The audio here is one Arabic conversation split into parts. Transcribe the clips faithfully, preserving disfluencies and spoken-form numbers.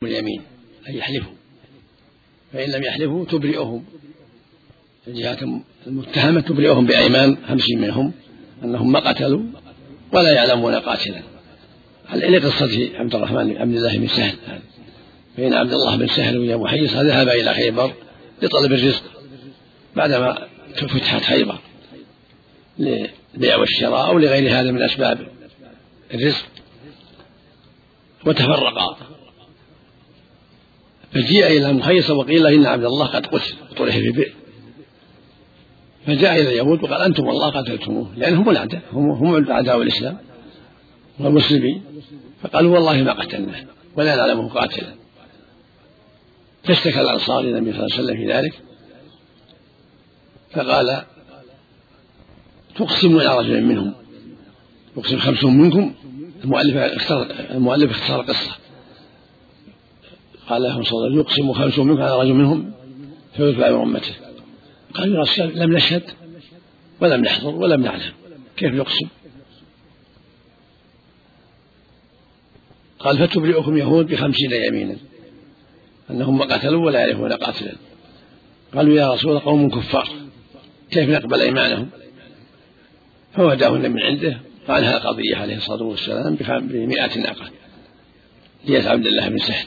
اليمين أن يحلفوا، فإن لم يحلفوا تبرئهم الجهات المتهمة، تبرئهم بأيمان خمسين منهم أنهم ما قتلوا ولا يعلمون قاتلا. لقصة عبد الرحمن عبد الله بن سهل، فإن عبد الله بن سهل ويا محيص ذهب إلى خيبر لطلب الرزق بعدما فتحت خيبر للبيع والشراء أو لغير هذا من أسباب الرزق، وتفرقا، فجيء إلى محيصة وقيل إن عبد الله قد قتل وطرح في بئر، فجاء إلى اليهود وقال أنتم والله قتلتموه، لأنهم الأعداء، هم أعداء الإسلام والمسلمين، فقالوا والله ما قتلناه ولا نعلمه قاتلا. فاشتكى الأنصار إلى النبي صلى الله عليه وسلم في ذلك، فقال تقسموا على رجل منهم، يقسم خمس منكم. المؤلف اختار المؤلف اختار قصة، قال لهم صلى الله عليه وسلم يقسم خمس منكم على رجل منهم فيتبع بأمته. قالوا يا رسول الله لم نشهد ولم نحضر ولم نعلم، كيف يقسم؟ قال فتبرئكم يهود بخمسين يمينا أنهم ما قتلوا ولا يعرفون قاتلا. قالوا يا رسول الله قوم كفار كيف نقبل أيمانهم؟ فوداهن من عنده فعنها القضية عليه الصلاة والسلام بمئة ناقة دية عبد الله بن سهل.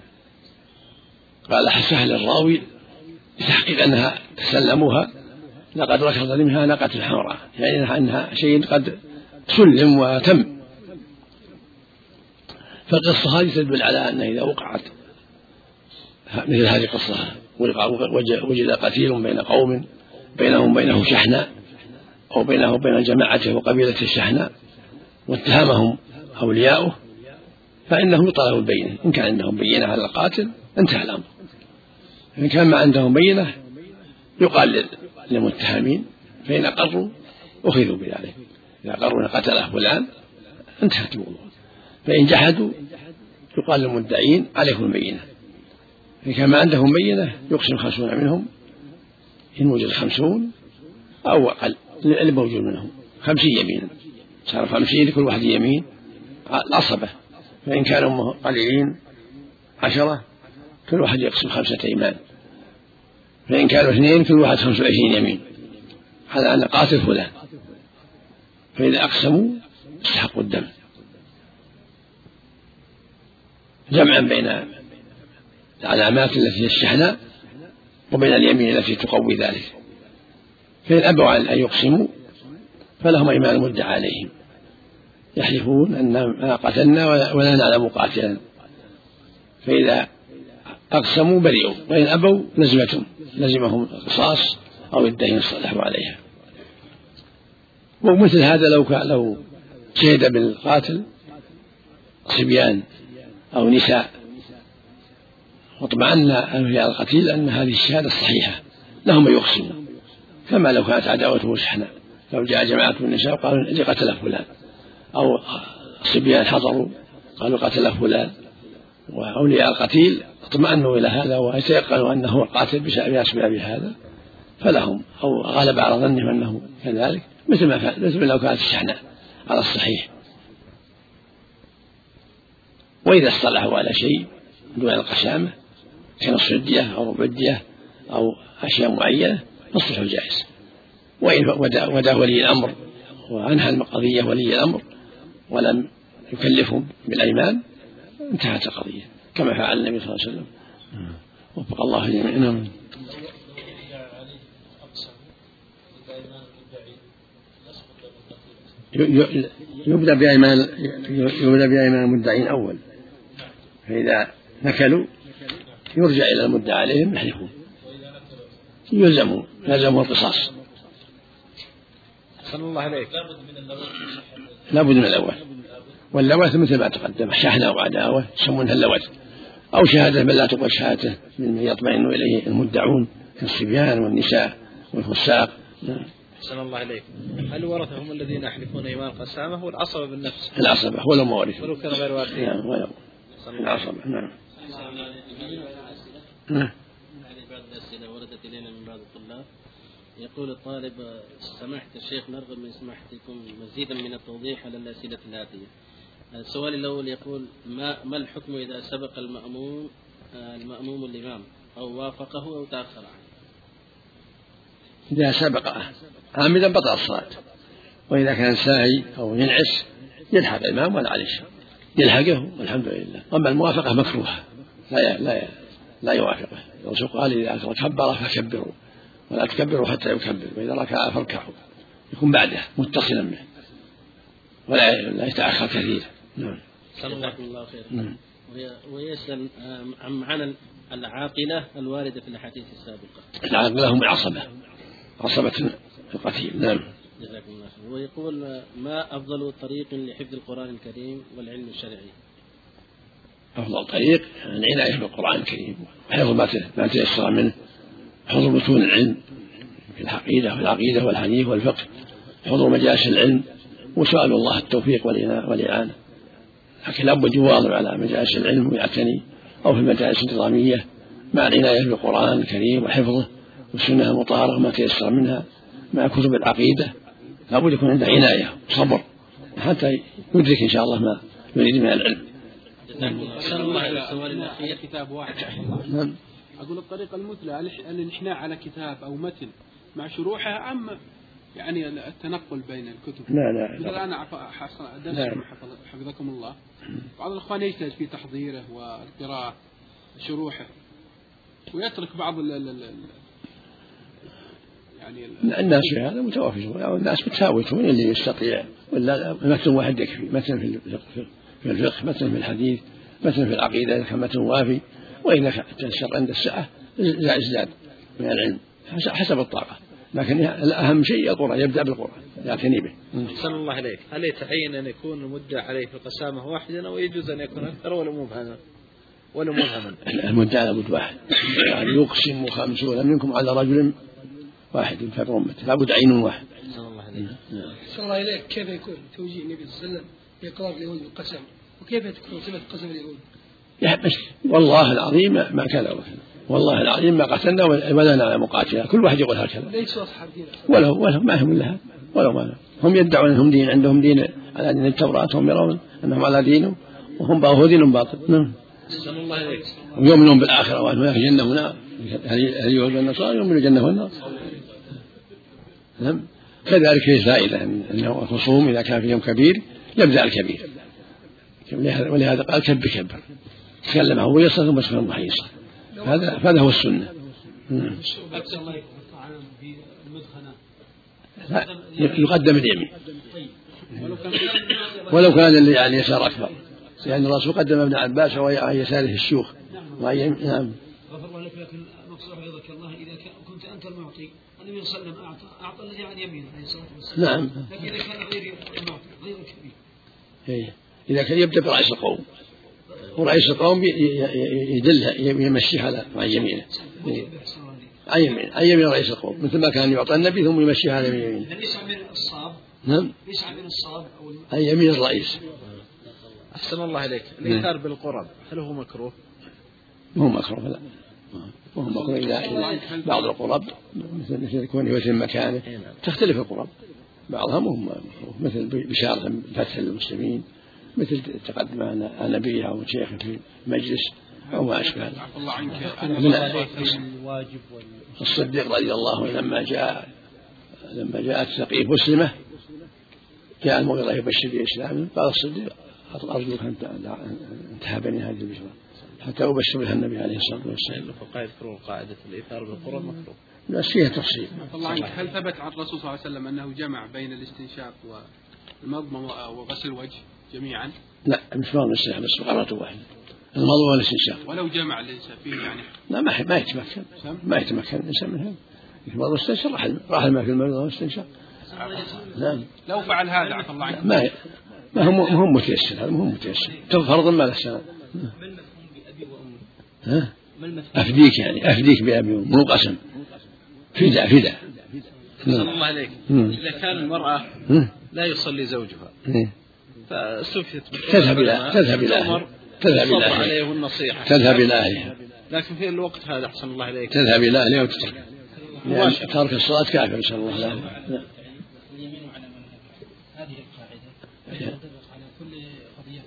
قال سهل الراوي بتحقيق أنها تسلموها لقد ركض منها ناقة حمراء، يعني أنها شيء قد سلم وتم. فالقصة هذه تدل على أن إذا وقعت مثل هذه القصة وجد قتيل بين قوم بينهم بينه شحناء أو بينه وبين جماعته وقبيلة الشحناء واتهمهم أولياؤه، فإنه يطالب البينة. إن كان عندهم بينة على القاتل انتهى الأمر، إن كان ما عندهم بينة يقال للمتهمين، فإن أقروا أخذوا بذلك. إذا أقروا أن قتله فلان انتهت الموضوع، فإن جحدوا يقال للمدعين عليكم البينة. إن كان ما عندهم بينة يقسم خمسون منهم إن وجد خمسون أو أقل الموجود منهم خمسين يمينا، صار خمسين لكل واحد يمين العصبة. فإن كانوا قليلين عشرة كل واحد يقسم خمسة أيمان، فإن كانوا اثنين كل واحد خمسة وعشرين يمين على أن قاتل فلان، فإذا أقسموا استحقوا الدم جمعا بين العلامات التي هي الشحناء وبين اليمين التي تقوي ذلك. فإن أبوا أن يقسموا فلهم أيمان المدعى عليهم، يحلفون أن ما قتلنا ولا نعلم قاتلا، فإذا أقسموا برئوا، وإن أبوا لزمتهم لزمهم القصاص أو الدين الصالح عليها. ومثل هذا لو لو شهد بالقاتل صبيان أو نساء واطمأن أهل القتيل أن هذه الشهادة الصحيحة لهم أن يقسموا، كما لو كانت عداوته شحناء، لو جاء جماعة من النساء وقالوا اللي قتل فلان، أو صبيان حضروا قالوا قتل فلان، وأولياء القتيل اطمأنوا إلى هذا ويتيقنوا أنه قاتل بأسباب هذا فلهم، أو غلب على ظنهم أنه كذلك، مثل ما فعل مثل لو كانت الشحناء على الصحيح. وإذا اصطلحوا على شيء دون القسامة كنصف الدية أو ربع الدية أو أشياء معينة فالصلح جائز. وإن ودا ولي الأمر وأنهى القضية ولي الأمر ولم يكلفهم بالأيمان انتهت القضية، كما فعل النبي صلى الله عليه وسلم. وفق الله جميعا. يبدأ بأيمان يبدأ بأيمان المدعين أول، فإذا نكلوا يرجع إلى المدعى عليهم يحلفون، يلزموا يلزموا القصاص. صلى الله عليك. لا بد من الأول، واللوث مثل ما تقدم شحنة وعداوة يسمونها اللوث، أو شهادة من لا تقبل شهادته ممن يطمئن إليه المدعون كالصبيان والنساء والفساق. صلى الله عليك. هل ورث هم الذين يحلفون أيمان القسامة والعصبة بالنفس؟ العصبة ولو ما ورثوا ولو كان غير وارثين. نعم ولو العصبة. نعم. نعم. بعض الأسئلة وردت إلينا من بعض الطلاب، يقول الطالب سماحة الشيخ نرغب من سماحتكم مزيدا من التوضيح على الأسئلة الآتية. السؤال الأول يقول ما ما الحكم إذا سبق المأموم المأموم الإمام أو وافقه أو تأخر عنه؟ إذا سبقه عامدا بطل الصلاة، وإذا كان ساهي أو ينعس يلحق الإمام ولا عليه شيء، يلحقه والحمد لله. أما الموافقة مكروهة، لا لا لا يوافقه. الرسول قال إذا كبر فكبروا ولا تكبروا حتى يكبر، وإذا ركع فاركعوا، يكون بعده متصلا به ولا لا يتأخر كثير. نعم. جزاكم الله خير. نعم. ويسأل عن معنى العاقلة الواردة في الأحاديث السابقة. العاقلة هم العصبة، عصبة القتيل. نعم. جزاكم الله خير. ويقول ما أفضل طريق لحفظ القرآن الكريم والعلم الشرعي؟ أفضل طريق العناية بالقرآن الكريم وحفظ ما تيسر منه، حفظ متون العلم في العقيدة والعقيدة والحديث والفقه، حضور مجالس العلم، وسؤال الله التوفيق والإعانة. لكن لابد يواظب على مجالس العلم ويعتني، أو في المجالس النظامية مع العناية بالقرآن الكريم وحفظه والسنة المطهرة ما تيسر منها مع كتب العقيدة. لابد يكون عنده عناية وصبر حتى يدرك إن شاء الله ما يريد من العلم. أسأل الله على السؤال الأخير كتاب واحد. نعم. أقول الطريقة المثلى الانحناء على كتاب أو متن مع شروحه أم يعني التنقل بين الكتب؟ لا لا. مثل أنا درسكم حفظكم الله، بعض الإخوان يجتهد في تحضيره والقراءة شروحه ويترك بعض ال ال ال يعني الناس في هذا متوافقون، أو الناس متفاوتون، اللي يستطيع ولا متن واحد يكفي، متن في الفقه في الفقه مثلا في الحديث، مثلا في العقيدة إذا كان متن وافي، وإذا تيسر عند السعة ازداد من العلم حسب الطاقة. لكن الأهم شيء القرآن، يبدأ بالقرآن يعتني به. أحسن الله عليك. هل يتعين أن يكون المدة عليه في القسامة واحدا أو يجوز أن يكون أكثر ولا مبهما ولا مبهما؟ المدة على بد واحد، يعني يقسم خمسون منكم على رجل واحد في أمته، لابد عين واحد. أحسن الله عليك. أحسن الله عليك. كيف يكون توجيه النبي صلى الله عليه وسلم بإقرار اليهود بالقسم، وكيف تكون صفة قسم اليهود؟ يحبس والله العظيم ما كذا وكذا، والله العظيم ما قتلنا ولا نعلم مقاتلة، كل واحد يقول هكذا. ليسوا أصحاب دين ولو ولو ما هم لها ولو ما هم يدعون أنهم دين، عندهم دين على دين التوراة، هم يرون أنهم على دينه وهم باطل دين باطل. نعم. أحسن الله عليك. ويؤمنون بالآخرة وأنه هناك جنة ونار، هل اليهود والنصارى يؤمنون بالجنة والنار. نعم. كذلك هي زائدة أنه الخصوم إذا كان فيهم كبير يبدأ الكبير، ولهذا قال كب كبر، تكلم هو يصل ثم تكلم محيصا، هذا هذا هو السنة. يقدم اليمين ولو كان اللي يعني يسار أكبر، لأن الرسول قدم ابن عباس وعن يساره الشيوخ. نعم. غفر الله لك. لكن مقصود حفظك الله إذا كنت أنت المعطي، النبي صلى الله عليه وسلم أعطى أعطى الذي عن يمينه عليه الصلاة والسلام. نعم. لكن إذا كان غير المعطي غير الكبير، إيه. إذا كان يبدأ برئيس القوم، ورئيس القوم يدله يمشيه على عن يمينه، عن يمين عن يمين رئيس القوم، مثل ما كان يعطى النبي ثم يمشيه على يمينه. ليس عن الصاب. نعم. ليس عن الصاب أو عن يمين الرئيس. أحسن الله عليك. الإيثار بالقرب هل هو مكروه؟ مو مكروه، لا مو مكروه. إذا بعض القرب مثل مثل كونه في مكانه تختلف القرب، بعضها مو مكروه، مثل بشارة فتح للمسلمين، مثل تقدم عن نبي أو شيخ في مجلس أو ما أشبه. الله عنك. الواجب الصديق رضي الله عنه لما جاء لما جاءت سقيف مسلمة جاء المغيرة يبشر بإسلامه، قال الصديق أرجوك أن تهبني هذه البشرى حتى أبشر بها النبي عليه الصلاة والسلام. الفقهاء يذكرون قاعدة الإيثار بالقرب مكروه، بس فيها تفصيل. الله عنك. هل ثبت عن الرسول صلى الله عليه وسلم أنه جمع بين الاستنشاق والمضمضة وغسل الوجه جميعا؟ لا، مش مرة الاستنشاق بس مرة واحدة، المضمضة والاستنشاق. ولو جمع الإنسان فيه يعني لا ما ما يتمكن ما يتمكن الإنسان من هذا. المضمضة والاستنشاق راح راح الماء في المضمضة والاستنشاق. نعم. لو فعل هذا عفى الله عنك ما ما هو ما هو متيسر، هذا ما هو متيسر، فرض ما له سنة. ما المفهوم بأبي وأمي؟ ها؟ أفديك يعني أفديك بأبي وأمي، مو قسم، فداء فداء. صلى الله عليك. إذا كان المرأة لا يصلي زوجها فاستفتت تذهب إلى تذهب إلى تذهب إلى عليه والنصيحة تذهب إلى أهلها، لكن في الوقت هذا أحسن الله عليك تذهب إلى أهلها وتترك، يعني ترك الصلاة كافر إن شاء الله. لا. واليمين على من هذه القاعدة تنطبق على كل قضية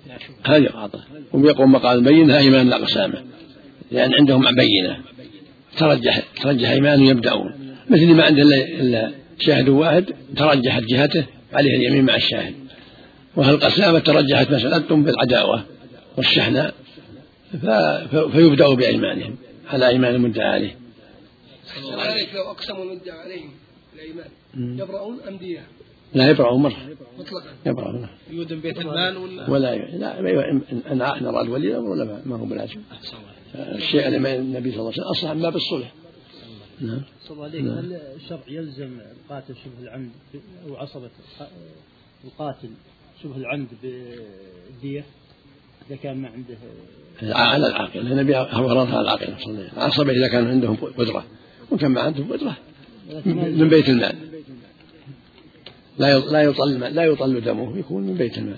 هذه قاطع. ويقوم مقام البينة أيمان لا قسامة، لأن عندهم بينة ترجح ترجح أيمان يبدأون، مثل ما عند إلا شاهد واحد ترجحت جهته عليه اليمين مع الشاهد. وهالقسامة ترجحت مسألتهم بالعداوة والشحناء فيبدأ بأيمانهم على أيمان المدعى عليه. وذلك لو أقسموا المدعى عليهم الأيمان يبرؤون أم دية؟ لا يبرؤون مرة مطلقا يبرؤون. يودن بيت المال ولا ولا لا إن نرى الولي الأمر ولا ما هو بالعجب. الشيء اللي النبي صلى الله عليه وسلم أصلح ما بالصلح. نعم. هل الشرع يلزم القاتل شبه العمد أو عصبة القاتل شبه العمد بالدية إذا كان ما عنده؟ على العاقل، النبي فرضها على العاقل. عصبة إذا كان عندهم قدرة، وكان ما عندهم قدرة من بيت المال لا لا يطل لا يطل دمه، يكون من بيت المال.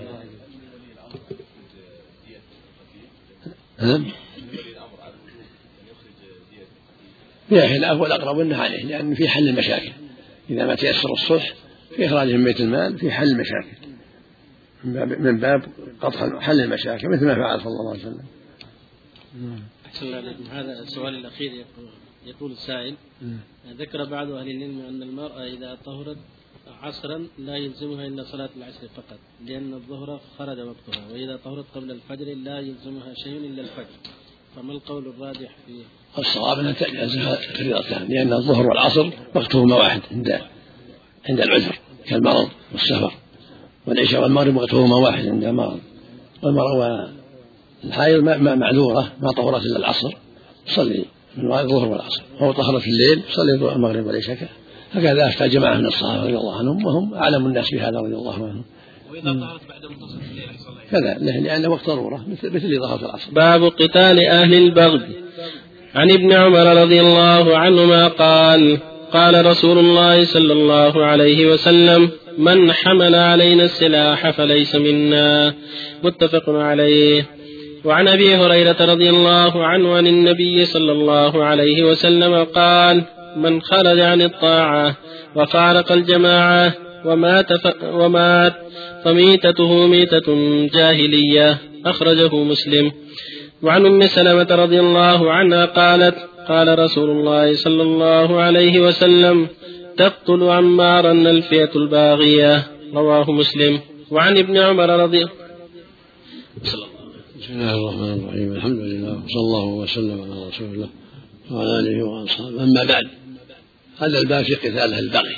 فيها خلاف والأقرب أنه عليه، لأن في حل المشاكل إذا ما تيسر الصلح في إخراجه من بيت المال في حل المشاكل من باب قطع حل المشاكل مثل ما فعل صلى الله عليه وسلم. أحسن الله عليكم. هذا السؤال الأخير يقول, يقول السائل: ذكر بعض أهل العلم أن المرأة إذا طهرت عصرا لا يلزمها إلا صلاة العصر فقط، لأن الظهر خرج وقتها، وإذا طهرت قبل الفجر لا يلزمها شيء إلا الفجر، فما القول الراجح فيه؟ الصواب أنها تلزمها فريضتان، لأن الظهر والعصر وقتهما واحد عند عند العذر كالمرض والسفر، والعشاء والمغرب وقتهما واحد عند المرض. والمرأة والحائض معذورة ما طهرت إلا العصر صلي من الظهر والعصر، وهو طهرت الليل صلي المغرب والعشاء. هكذا أفتى جماعة من الصحابة رضي الله عنهم وهم أعلم الناس بهذا رضي الله عنهم. وإذا طهرت بعد منتصف الليل كذا لأن وقت ضرورة مثل ظهرت العصر. باب قتال أهل البغي. عن ابن عمر رضي الله عنهما قال: قال رسول الله صلى الله عليه وسلم: من حمل علينا السلاح فليس منا. متفق عليه. وعن أبي هريرة رضي الله عنه عن النبي صلى الله عليه وسلم قال: من خرج عن الطاعة وفارق الجماعة ومات, ف... ومات فميتته ميتة جاهلية. أخرجه مسلم. وعن أم سلمة رضي الله عنها قالت: قال رسول الله صلى الله عليه وسلم: تقتل عمارا الفئة الباغية. رواه مسلم. وعن ابن عمر رضي بسم الله الرحمن الرحيم. الحمد لله وصلى الله وسلم على رسول الله وعلى آله وأصحابه. أما بعد، هذا الباب في قتال أهل البغي.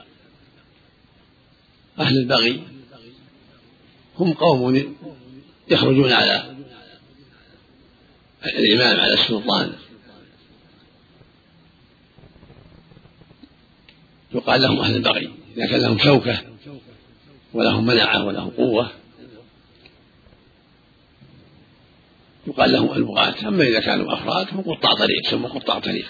أهل البغي هم قوم يخرجون على الإمام على السلطان، يقال لهم أهل البغي إذا كان لهم شوكة ولهم منعة ولهم قوة، يقال لهم البغاة. أما إذا كانوا أفراد هم قطاع طريق، يسمى قطاع طريق،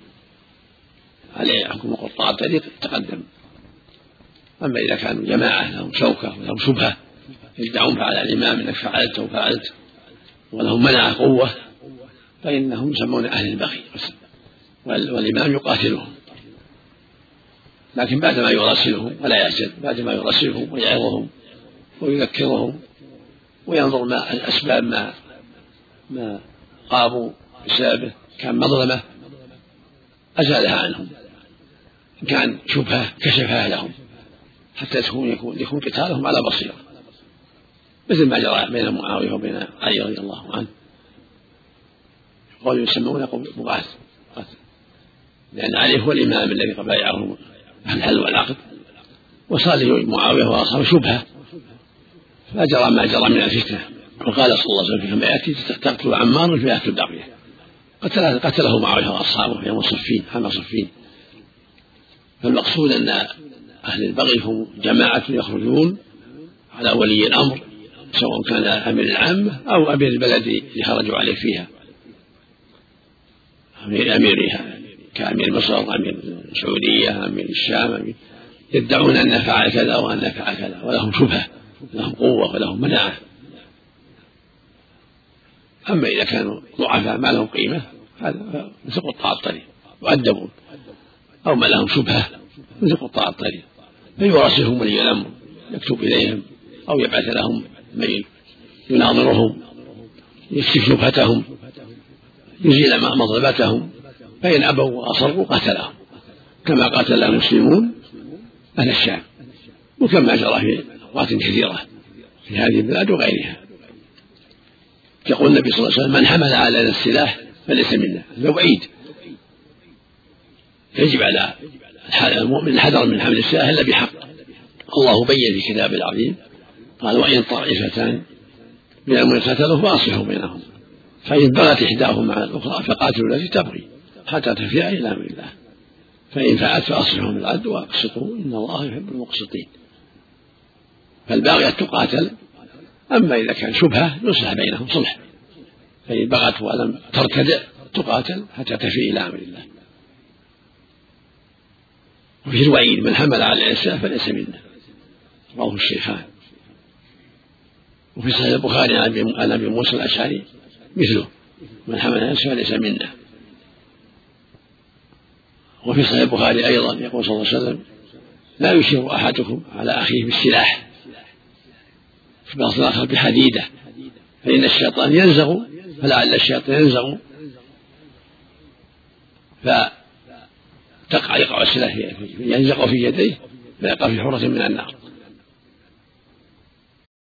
عليه حكم قطاع طريق تقدم. أما إذا كانوا جماعة لهم شوكة ولهم شبهة يدعون فعلى الإمام إنك فعلت وفعلت ولهم منعة قوة فإنهم يسمون أهل البغي، والإمام يقاتلهم، لكن بعدما يراسلهم ولا يعجل، بعدما يراسلهم ويعظهم ويذكرهم وينظر ما الأسباب ما ما قاموا بسببه كان مظلمة أزالها عنهم، إن كان شبهة كشفها لهم حتى تكون يكون, يكون قتالهم على بصيرة، مثل ما جرى بين معاوية وبين علي رضي الله عنه. قالوا يسمون بغاة، لأن علي هو الإمام الذي بايعه الحل والعقد، وصار معاوية وأصحابه شبهة فجرى ما جرى من الفتنة. وقال صلى الله عليه وسلم فيما يأتي: تقتل عمار الفئة الباغية. قتله معاوية وأصحابه يوم صفين، حمى صفين. فالمقصود أن أهل البغي هم جماعة يخرجون على ولي الأمر، سواء كان أمير العامة أو أمير البلد اللي خرجوا عليه فيها، أمير أميرها كأمير مصر، أمير السعودية، أمير الشام، أمير يدعون أن فعل كذا وأن فعل كذا، ولهم شبهة، لهم قوة ولهم مناعة. أما إذا كانوا ضعفاء ما لهم قيمة هذا مثل قطاع الطريق يؤدبون، أو ما لهم شبهة مثل قطاع الطريق فيراسلهم ولي الأمر، يكتب إليهم أو يبعث لهم ميل يناظرهم يكشف شبهتهم يزيل مضربتهم، فإن أبوا وأصروا قتلهم كما قاتل المسلمون أهل الشام، وكما جرى في أوقات كثيرة في هذه البلاد وغيرها. يقول النبي صلى الله عليه وسلم: من حمل علينا السلاح فليس منا. لو بعيد يجب على المؤمن الحذر من حمل السلاح إلا بحق. الله بين في كتابه العظيم قال: وإن طائفتان من المؤمنين اقتتلوا فأصلحوا بينهم، فإن بغت إحداهما مع الأخرى فقاتلوا التي تبغي حتى تفيء إلى أمر الله، فإن فعلت فأصلحوا بالعدل وأقسطوا إن الله يحب المقسطين. فالباغية تقاتل، أما إذا كان شبهة يصلح بينهم صلح، فإن بغت ولم ترتدع تقاتل حتى تفيء إلى أمر الله. وفي الوعيد: من حمل على الإنسان فليس منا، رواه الشيخان. وفي صحيح البخاري عن أبي موسى الأشعري مثله: من حمل على الإنسان فليس منا. وفي صحيح البخاري أيضا يقول صلى الله عليه وسلم: لا يشير أحدكم على أخيه بالسلاح في بعض الآخر بحديدة، فإن الشيطان ينزغ، فلعل الشيطان ينزغ فتقع يقع السلاح ينزغ في يديه فيقع في حرة من النار.